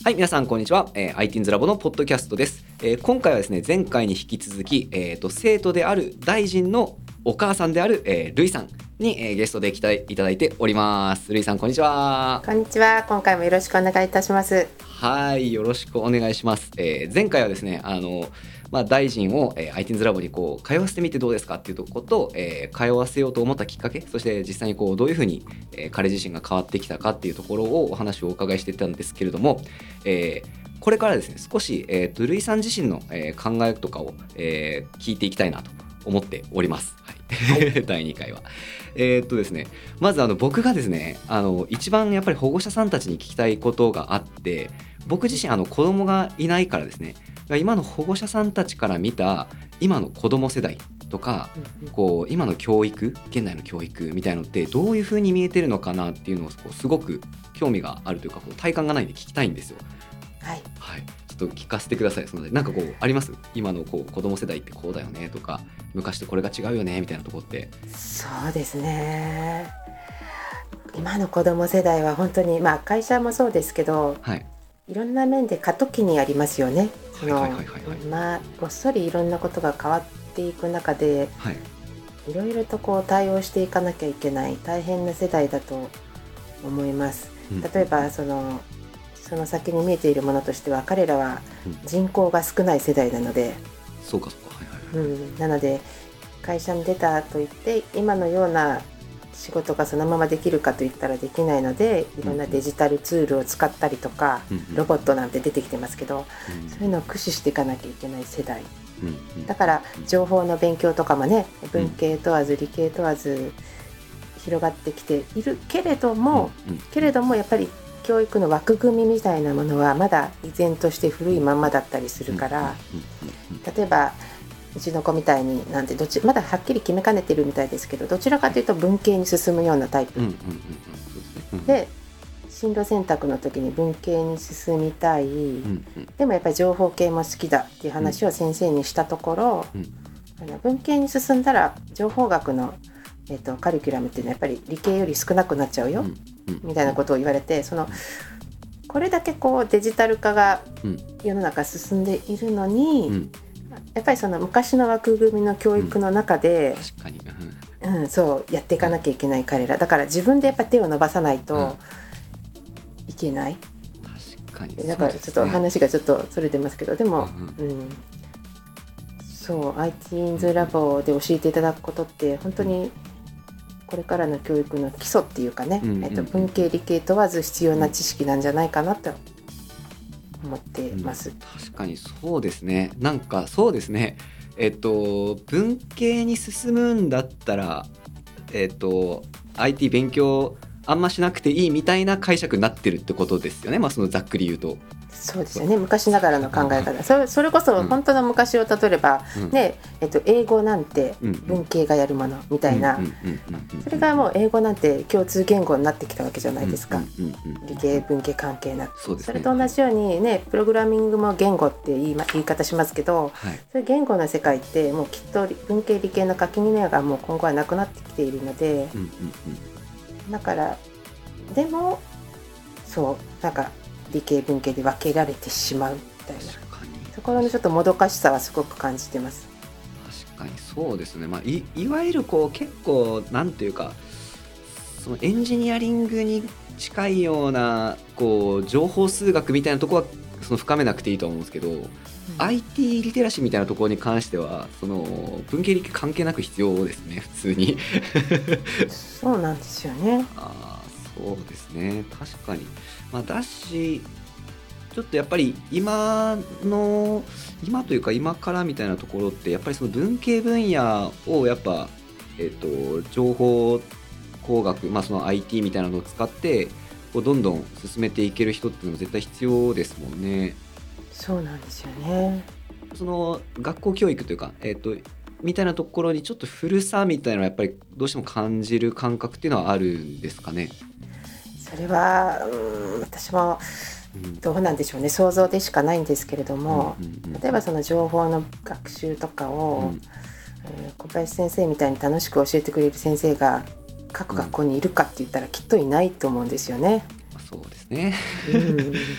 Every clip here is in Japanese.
はい、皆さんこんにちは。ITINS ラボのポッドキャストです。今回はですね、前回に引き続き、生徒である大臣のお母さんである、ルイさんに、ゲストで来ていただいております。ルイさんこんにちは。 こんにちは。今回もよろしくお願いいたします。 はい、よろしくお願いします。前回はですね、大臣を、ITINS ラボに通わせてみてどうですかっていうところと、通わせようと思ったきっかけ、そして実際にどういうふうに、彼自身が変わってきたかっていうところをお話をお伺いしていたんですけれども、これからですね少し、ルイさん自身の、考えとかを、聞いていきたいなと思っております。はい、第2回は。ですね、まず僕がですね一番やっぱり保護者さんたちに聞きたいことがあって、僕自身子供がいないからですね、今の保護者さんたちから見た今の子供世代とか、今の教育、現代の教育みたいのってどういう風に見えてるのかなっていうのをすごく興味があるというか、体感がないんで聞きたいんですよ。 はい、 はい、ちょっと聞かせてください。そのでなんかあります？今の子供世代ってこうだよねとか、昔とこれが違うよねみたいなところって。 そうですね。今の子供世代は本当に、会社もそうですけど、 はい、 いろんな面で過渡期にありますよね。ごっそりいろんなことが変わっていく中で、 はい、 いろいろと対応していかなきゃいけない大変な世代だと思います。例えばその先に見えているものとしては、彼らは人口が少ない世代なので、 そうかそうか、はいはいはい、 なので会社に出たといって今のような仕事がそのままできるかといったらできないので、いろんなデジタルツールを使ったりとか、ロボットなんて出てきてますけど、そういうのを駆使していかなきゃいけない世代、だから情報の勉強とかもね、文系問わず理系問わず広がってきているけれども、やっぱり教育の枠組みみたいなものはまだ依然として古いまんまだったりするから、例えばうちの子みたいにまだはっきり決めかねてるみたいですけど、どちらかというと文系に進むようなタイプで、進路選択の時に文系に進みたい、でもやっぱり情報系も好きだっていう話を先生にしたところ、文系に進んだら情報学のカリキュラムっていうのはやっぱり理系より少なくなっちゃうよ、みたいなことを言われて、これだけデジタル化が世の中進んでいるのに、やっぱりその昔の枠組みの教育の中で、そうやっていかなきゃいけない彼らだから、自分でやっぱ手を伸ばさないといけない。 確かに、 だからちょっと話がちょっとそれてますけど、でも、ITINS ラボで教えていただくことって本当にこれからの教育の基礎っていうかね、文系理系問わず必要な知識なんじゃないかなと思ってます。 確かにそうですね。なんかそうですね。文系に進むんだったら、IT 勉強あんましなくていいみたいな解釈になってるってことですよね。そのざっくり言うと。 そうですよね。昔ながらの考え方、それこそ本当の昔を例えば、英語なんて文系がやるものみたいな、それがもう英語なんて共通言語になってきたわけじゃないですか。理系文系関係なく、それと同じようにね、プログラミングも言語って言い方しますけど、そういう言語の世界ってもうきっと文系理系の垣根がもう今後はなくなってきているので、だからでもなんか理系文系で分けられてしまうみたいなところのちょっともどかしさはすごく感じてます。 確かにそうですね。いわゆる結構なんていうか、そのエンジニアリングに近いような情報数学みたいなところは深めなくていいと思うんですけど、IT リテラシーみたいなところに関しては文系理系関係なく必要ですね、普通に。 そうなんですよね。 そうですね、確かに。だしちょっとやっぱり今というか今からみたいなところって、やっぱりその文系分野をやっぱ、情報工学、その IT みたいなのを使ってどんどん進めていける人っていうのは絶対必要ですもんね。 そうなんですよね。 その学校教育というか、みたいなところにちょっと古さみたいなのはやっぱりどうしても感じる感覚っていうのはあるんですかね。 それは私もどうなんでしょうね、想像でしかないんですけれども、例えばその情報の学習とかを、小林先生みたいに楽しく教えてくれる先生が各学校にいるかって言ったらきっといないと思うんですよね。 そうですね。そう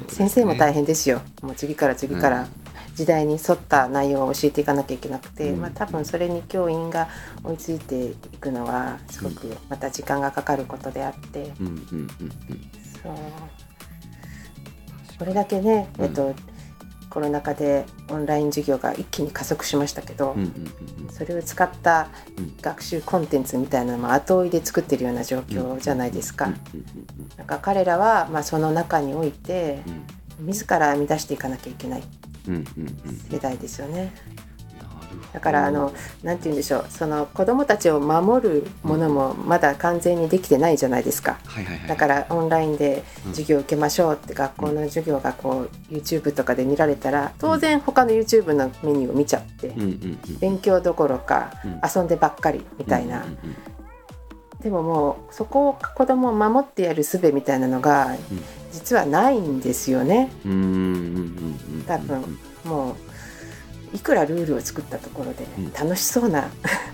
先生も大変ですよ。もう次から次から時代に沿った内容を教えていかなきゃいけなくて、多分それに教員が追いついていくのはすごくまた時間がかかることであって、そうこれだけね、コロナ禍でオンライン授業が一気に加速しましたけど、それを使った学習コンテンツみたいなのも後追いで作ってるような状況じゃないですか。なんか彼らはその中において自ら編み出していかなきゃいけない世代ですよね。だからなんて言うんでしょう、その子どもたちを守るものもまだ完全にできてないじゃないですか。だからオンラインで授業を受けましょうって学校の授業がこう YouTube とかで見られたら当然他の YouTube のメニューを見ちゃって勉強どころか遊んでばっかりみたいな。でももうそこを子どもを守ってやる術みたいなのが実はないんですよね。多分もういくらルールを作ったところで楽しそうな、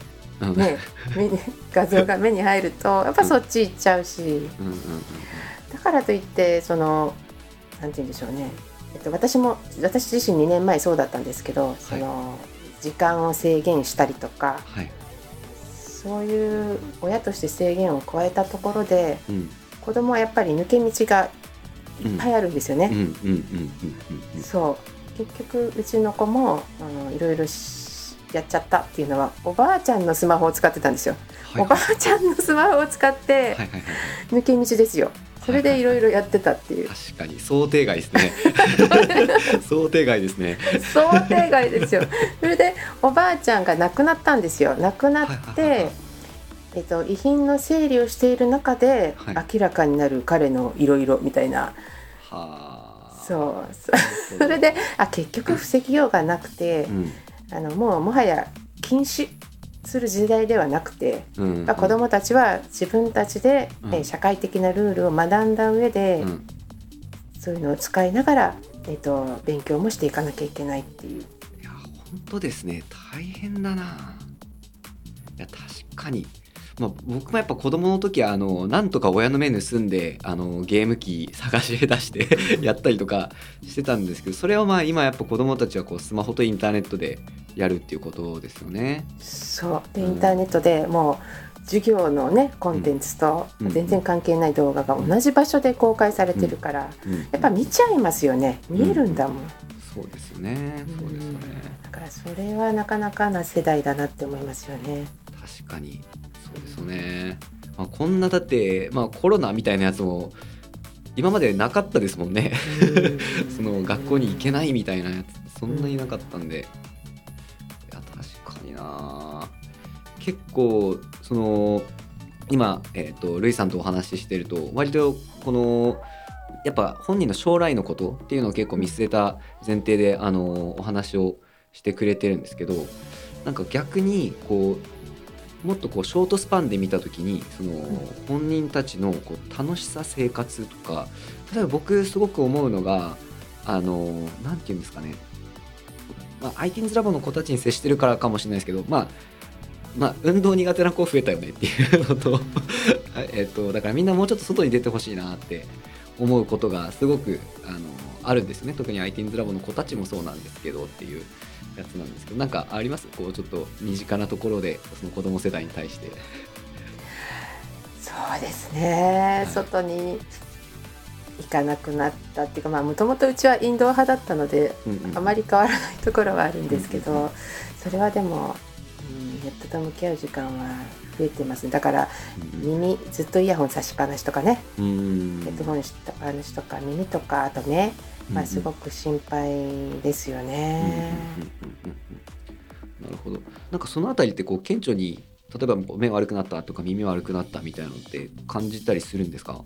画像が目に入るとやっぱそっち行っちゃうし、だからといってそのなんて言うんでしょうね、私自身2年前そうだったんですけど、その時間を制限したりとか、そういう親として制限を加えたところで、子供はやっぱり抜け道がいっぱいあるんですよね。そう結局うちの子もいろいろやっちゃったっていうのはおばあちゃんのスマホを使ってたんですよ。おばあちゃんのスマホを使って抜け道ですよ。それでいろいろやってたっていう。 確かに想定外ですね。想定外ですね。 想定外ですよ。それでおばあちゃんが亡くなったんですよ。亡くなって遺品の整理をしている中で明らかになる彼のいろいろみたいな。そうそれで結局防ぎようがなくて、もはや禁止する時代ではなくて、子どもたちは自分たちで、社会的なルールを学んだ上で、そういうのを使いながら、勉強もしていかなきゃいけないっていう。 いや本当ですね、大変だな。いや確かに、僕もやっぱ子供の時はなんとか親の目盗んでゲーム機探し出してやったりとかしてたんですけど、それを今やっぱ子供たちはこうスマホとインターネットでやるっていうことですよね。 そうでインターネットでもう授業のねコンテンツと全然関係ない動画が同じ場所で公開されてるから、やっぱ見ちゃいますよね。見えるんだもん。 そうですよね。そうですよね。 だからそれはなかなかな世代だなって思いますよね。 確かにそうですよね。こんなだって、コロナみたいなやつも今までなかったですもんね。その学校に行けないみたいなやつそんなになかったんで、いや確かにな。結構その今、ルイさんとお話ししてると割とこのやっぱ本人の将来のことっていうのを結構見据えた前提でお話をしてくれてるんですけど、なんか逆にこうもっとこうショートスパンで見た時にその本人たちのこう楽しさ生活とか、例えば僕すごく思うのがなんていうんですかね、ITINS ラボの子たちに接してるからかもしれないですけど、運動苦手な子増えたよねっていうのとだからみんなもうちょっと外に出てほしいなって思うことがすごくあるんですね。特に ITINS ラボの子たちもそうなんですけどっていうやつなんですけど、なんかあります？こうちょっと身近なところでその子供世代に対して。 そうですね、外に行かなくなったっていうか、もともとうちはインドア派だったので、あまり変わらないところはあるんですけど、それはでも、ネットと向き合う時間は増えてます。だから耳ずっとイヤホン差しっぱなしとかね、ヘッドホンしっぱなしとか耳とかあと目、すごく心配ですよね。 なるほど。なんかそのあたりってこう顕著に例えば目悪くなったとか耳悪くなったみたいなのって感じたりするんですか？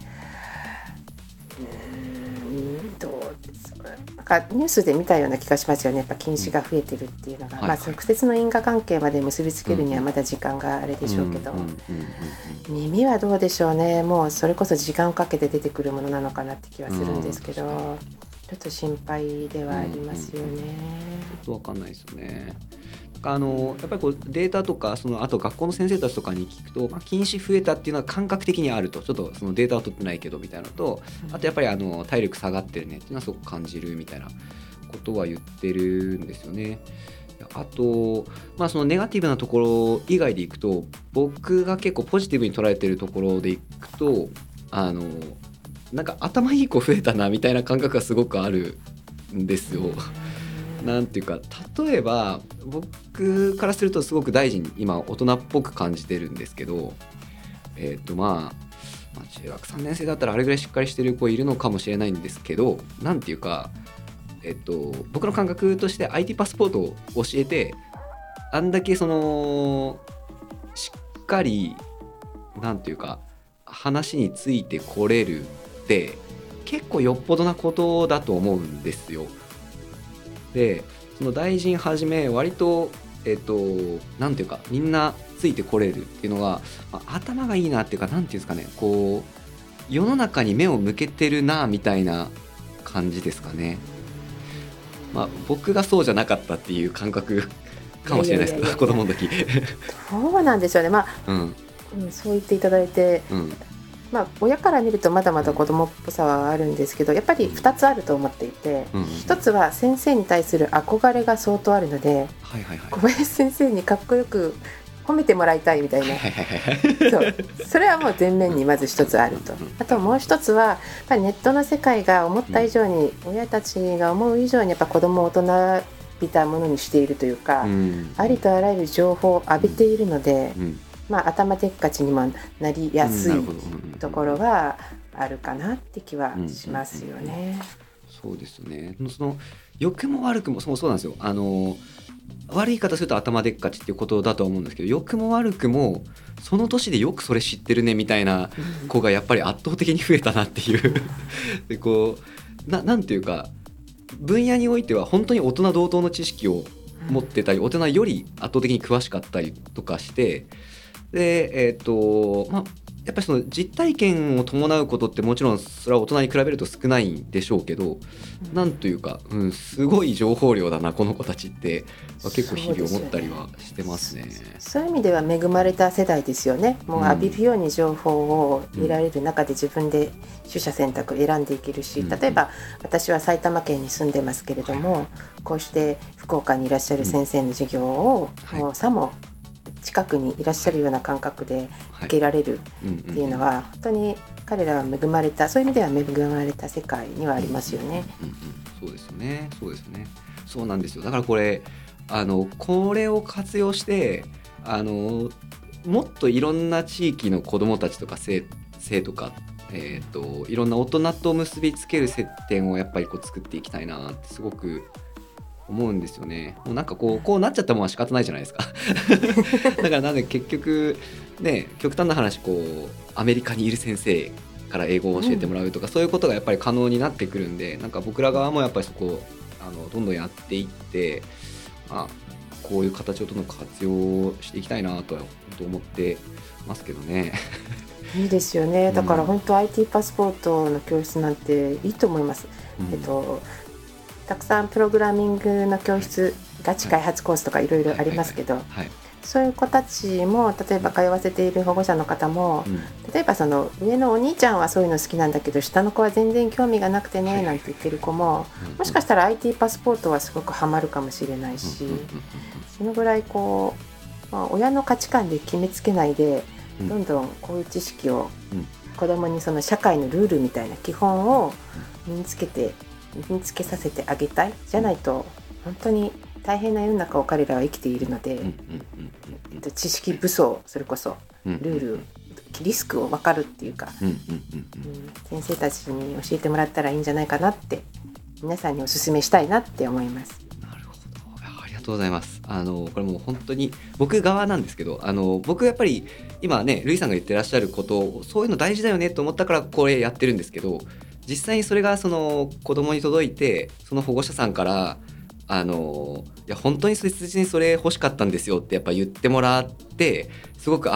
どうですか。なんかニュースで見たような気がしますよね。やっぱ禁止が増えてるっていうのが、直接の因果関係まで結びつけるにはまだ時間があれでしょうけど、耳はどうでしょうね。もうそれこそ時間をかけて出てくるものなのかなって気はするんですけど、ちょっと心配ではありますよね。 ちょっとわかんないですよね。 やっぱりこうデータとかあと学校の先生たちとかに聞くと、近視増えたっていうのは感覚的にあると、ちょっとそのデータは取ってないけどみたいなのと、あとやっぱり体力下がってるねっていうのはすごく感じるみたいなことは言ってるんですよね。あと、そのネガティブなところ以外でいくと、僕が結構ポジティブに捉えてるところでいくと、なんか頭いい子増えたなみたいな感覚がすごくあるんですよ。なんていうか、例えば僕からするとすごく大臣今大人っぽく感じてるんですけど、中学3年生だったらあれぐらいしっかりしてる子いるのかもしれないんですけど、なんていうか、僕の感覚として IT パスポートを教えて、あんだけしっかりなんていうか話についてこれるって結構よっぽどなことだと思うんですよ。でその大臣はじめ割となんていうかみんなついてこれるっていうのが、頭がいいなっていうか、なんていうんですかね、こう世の中に目を向けてるなみたいな感じですかね。僕がそうじゃなかったっていう感覚かもしれないですけど、子供の時そうなんですよね。そう言っていただいて、親から見るとまだまだ子供っぽさはあるんですけど、やっぱり2つあると思っていて、1つは先生に対する憧れが相当あるので、小林先生にかっこよく褒めてもらいたいみたいな、それはもう前面にまず一つあると。あともう一つはやっぱりネットの世界が思った以上に、親たちが思う以上にやっぱ子供を大人びたものにしているというか、ありとあらゆる情報を浴びているので、頭でっかちにもなりやすいところがあるかなって気はしますよね。 そうですね。その良くも悪くもそうなんですよ。悪い言い方すると頭でっかちっていうことだと思うんですけど、良くも悪くもその年でよくそれ知ってるねみたいな子がやっぱり圧倒的に増えたなっていうでこうなんていうか、分野においては本当に大人同等の知識を持ってたり、大人より圧倒的に詳しかったりとかして、でやっぱりその実体験を伴うことってもちろんそれは大人に比べると少ないんでしょうけど、なんというか、すごい情報量だなこの子たちって結構日々思ったりはしてますね。 そういう意味では恵まれた世代ですよね。もう浴びるように情報を得られる中で自分で取捨選択選んでいけるし、例えば私は埼玉県に住んでますけれども、こうして福岡にいらっしゃる先生の授業をもうさも近くにいらっしゃるような感覚で受けられるっていうのは、本当に彼らは恵まれた、そういう意味では恵まれた世界にはありますよね。 そうですね。そうなんですよ。だからこれを活用してもっといろんな地域の子どもたちとか生とか、いろんな大人と結びつける接点をやっぱり作っていきたいなってすごく思うんですよね。もうなんかこうなっちゃったもんは仕方ないじゃないですかだからなんで結局ね、極端な話アメリカにいる先生から英語を教えてもらうとか、そういうことがやっぱり可能になってくるんで、なんか僕ら側もやっぱりそこをどんどんやっていって、こういう形をどんどん活用していきたいなとは思ってますけどねいいですよね。だから本当 IT パスポートの教室なんていいと思います。たくさんプログラミングの教室、ガチ開発コースとかいろいろありますけど、そういう子たちも例えば通わせている保護者の方も、例えばその上のお兄ちゃんはそういうの好きなんだけど下の子は全然興味がなくてねなんて言ってる子も、もしかしたら IT パスポートはすごくハマるかもしれないし、そのぐらい親の価値観で決めつけないで、どんどんこういう知識を子どもにその社会のルールみたいな基本を身につけさせてあげたい。じゃないと本当に大変な世の中を彼らは生きているので、知識武装、それこそルール、リスクを分かるっていうか、先生たちに教えてもらったらいいんじゃないかなって、皆さんにお勧めしたいなって思います。 なるほど、ありがとうございます。これもう本当に僕側なんですけど、僕やっぱり今ね、ルイさんが言ってらっしゃることを、そういうの大事だよねと思ったからこれやってるんですけど、実際にそれがその子供に届いて、その保護者さんからいや本当に切実にそれ欲しかったんですよってやっぱ言ってもらって、すごく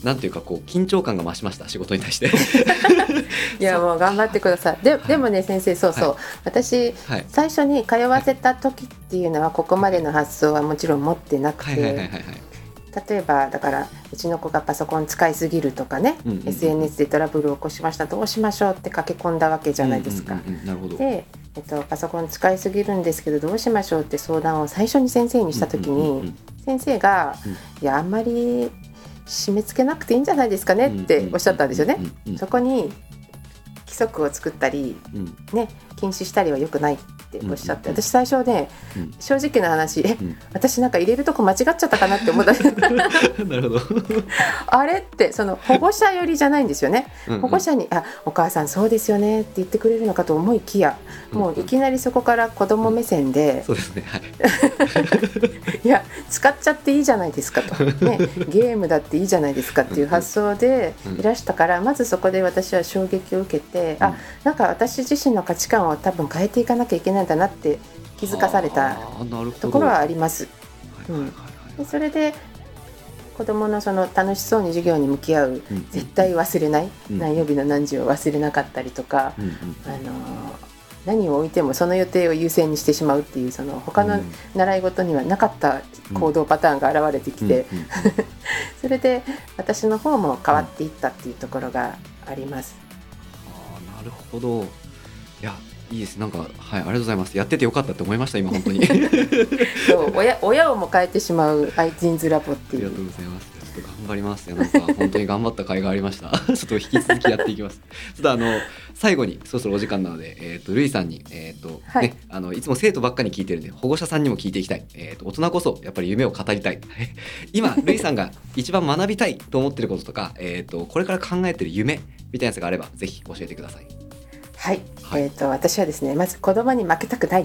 なんていうかこう緊張感が増しました、仕事に対していやもう頑張ってください。でもね先生、そうそう、私、最初に通わせた時っていうのはここまでの発想はもちろん持ってなくて、例えばだからうちの子がパソコン使いすぎるとかね、SNS でトラブルを起こしました、どうしましょうって駆け込んだわけじゃないですか。で、パソコン使いすぎるんですけどどうしましょうって相談を最初に先生にした時に、先生が、いやあんまり締め付けなくていいんじゃないですかねっておっしゃったんですよね。そこに規則を作ったり、ね、禁止したりは良くないっておっしゃって、私最初ね、正直な話、私なんか入れるとこ間違っちゃったかなって思ったなるほどあれってその保護者寄りじゃないんですよね。保護者にお母さんそうですよねって言ってくれるのかと思いきや、もういきなりそこから子供目線で、そうですね、いや使っちゃっていいじゃないですかと、ね、ゲームだっていいじゃないですかっていう発想でいらしたから、まずそこで私は衝撃を受けて、なんか私自身の価値観を多分変えていかなきゃいけないんだなって気づかされたところはあります。でそれで子どものその楽しそうに授業に向き合う、絶対忘れない、何曜日の何時を忘れなかったりとか、何を置いてもその予定を優先にしてしまうっていう、その他の習い事にはなかった行動パターンが現れてきて、それで私の方も変わっていったっていうところがあります。 なるほど。いやいいです、なんか、はい、ありがとうございます。やっててよかったって思いました今本当にそう親をも変えてしまう iTeens ラボっていう。 ありがとうございます。ちょっと頑張りますよ。なんか本当に頑張った甲斐がありましたちょっと引き続きやっていきますちょっと最後にそろそろお時間なので、ルイさんに、ね、いつも生徒ばっかり聞いてるんで保護者さんにも聞いていきたい、大人こそやっぱり夢を語りたい今ルイさんが一番学びたいと思ってることとか、これから考えてる夢みたいなやつがあればぜひ教えてください。 はい、私はですね、まず子供に負けたくない。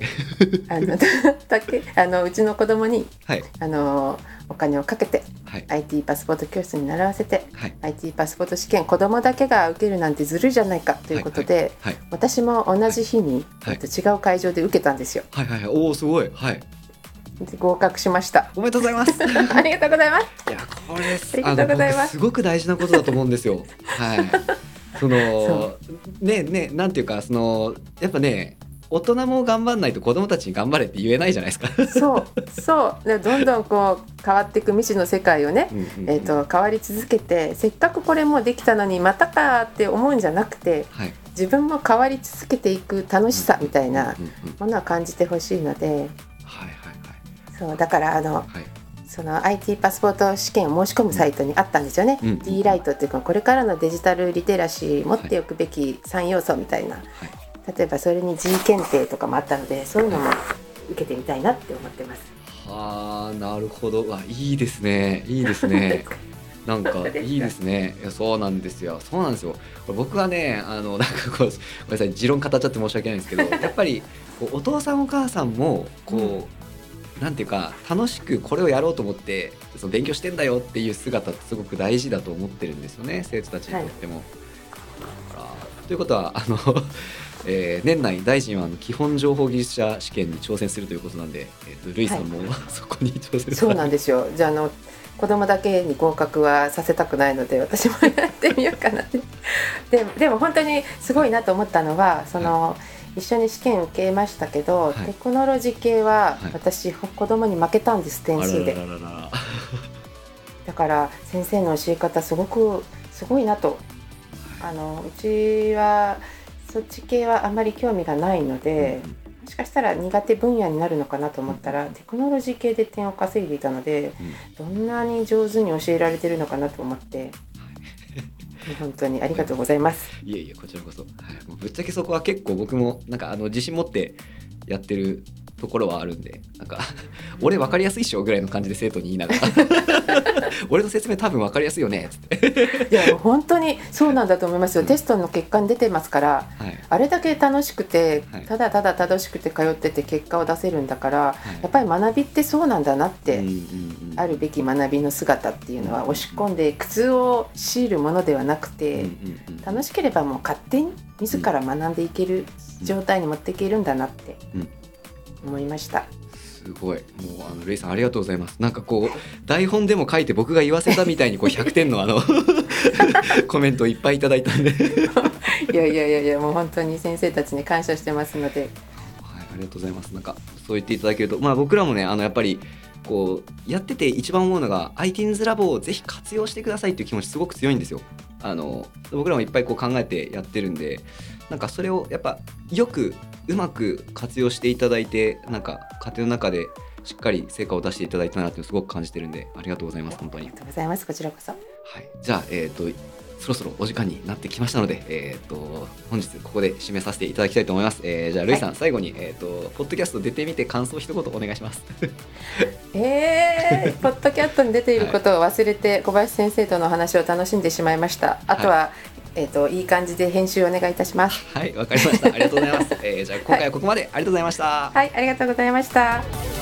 うちの子供に、お金をかけて、IT パスポート教室に習わせて、IT パスポート試験子供だけが受けるなんてずるいじゃないかということで、私も同じ日に、違う会場で受けたんですよ。 おーすごい。 合格しました。 おめでとうございますありがとうございます。 いやこれ僕すごく大事なことだと思うんですよそのねなんていうか、そのやっぱね、大人も頑張んないと子どもたちに頑張れって言えないじゃないですかそうどんどんこう変わっていく未知の世界をね、変わり続けて、せっかくこれもできたのにまたかって思うんじゃなくて、自分も変わり続けていく楽しさみたいなものは感じてほしいので、そうだからその IT パスポート試験を申し込むサイトにあったんですよね。D ライトっていうか、これからのデジタルリテラシー持っておくべき3要素みたいな、例えばそれに G 検定とかもあったので、そういうのも受けてみたいなって思ってます。 なるほど。いいですねなんかいいですね。いやそうなんですよ。僕はねなんかごめんなさい、持論語っちゃって申し訳ないんですけどやっぱりお父さんお母さんもなんていうか楽しくこれをやろうと思ってその勉強してんだよっていう姿ってすごく大事だと思ってるんですよね、生徒たちにとっても。ということは年内大臣は基本情報技術者試験に挑戦するということなんで、ルイさんも、そこに挑戦そうなんですよ。じゃあ子供だけに合格はさせたくないので、私もやってみようかなってでも本当にすごいなと思ったのは、一緒に試験受けましたけど、テクノロジー系は私、子供に負けたんです、点数で。だから先生の教え方すごいなと。うちはそっち系はあまり興味がないので、もしかしたら苦手分野になるのかなと思ったら、テクノロジー系で点を稼いでいたので、どんなに上手に教えられてるのかなと思って本当にありがとうございます。 いえこちらこそ、もうぶっちゃけそこは結構僕もなんか自信持ってやってるところはあるんで、なんか俺分かりやすいっしょぐらいの感じで生徒に言いながら俺の説明多分分かりやすいよねっつっていや本当にそうなんだと思いますよ。テストの結果に出てますから、あれだけ楽しくて、ただただ楽しくて通ってて結果を出せるんだから、やっぱり学びってそうなんだなって、あるべき学びの姿っていうのは押し込んで苦痛を強いるものではなくて、楽しければもう勝手に自ら学んでいける状態に持っていけるんだなって思いました。 すすごい。もうレイさんありがとうございます。なんかこう台本でも書いて僕が言わせたみたいにこう100点のコメントをいっぱいいただいたんでいやもう本当に先生たちに感謝してますので、 はい、ありがとうございます。なんかそう言っていただけると、僕らもねやっぱりこうやってて一番思うのが ITINS ラボをぜひ活用してくださいっていう気持ちすごく強いんですよ。僕らもいっぱいこう考えてやってるんで、なんかそれをやっぱうまく活用していただいて、なんか家庭の中でしっかり成果を出していただいたなってすごく感じてるんで、ありがとうございます。本当にありがとうございます。こちらこそ。 はい、じゃあ、そろそろお時間になってきましたので、本日ここで締めさせていただきたいと思います。じゃあルイさん、はい、最後に、ポッドキャスト出てみて感想一言お願いします。ポッドキャストに出ていることを忘れて、小林先生との話を楽しんでしまいました。あとは、いい感じで編集お願いいたします。 はい、わかりました。ありがとうございます。じゃあ今回はここまで、ありがとうございました。 はい、ありがとうございました。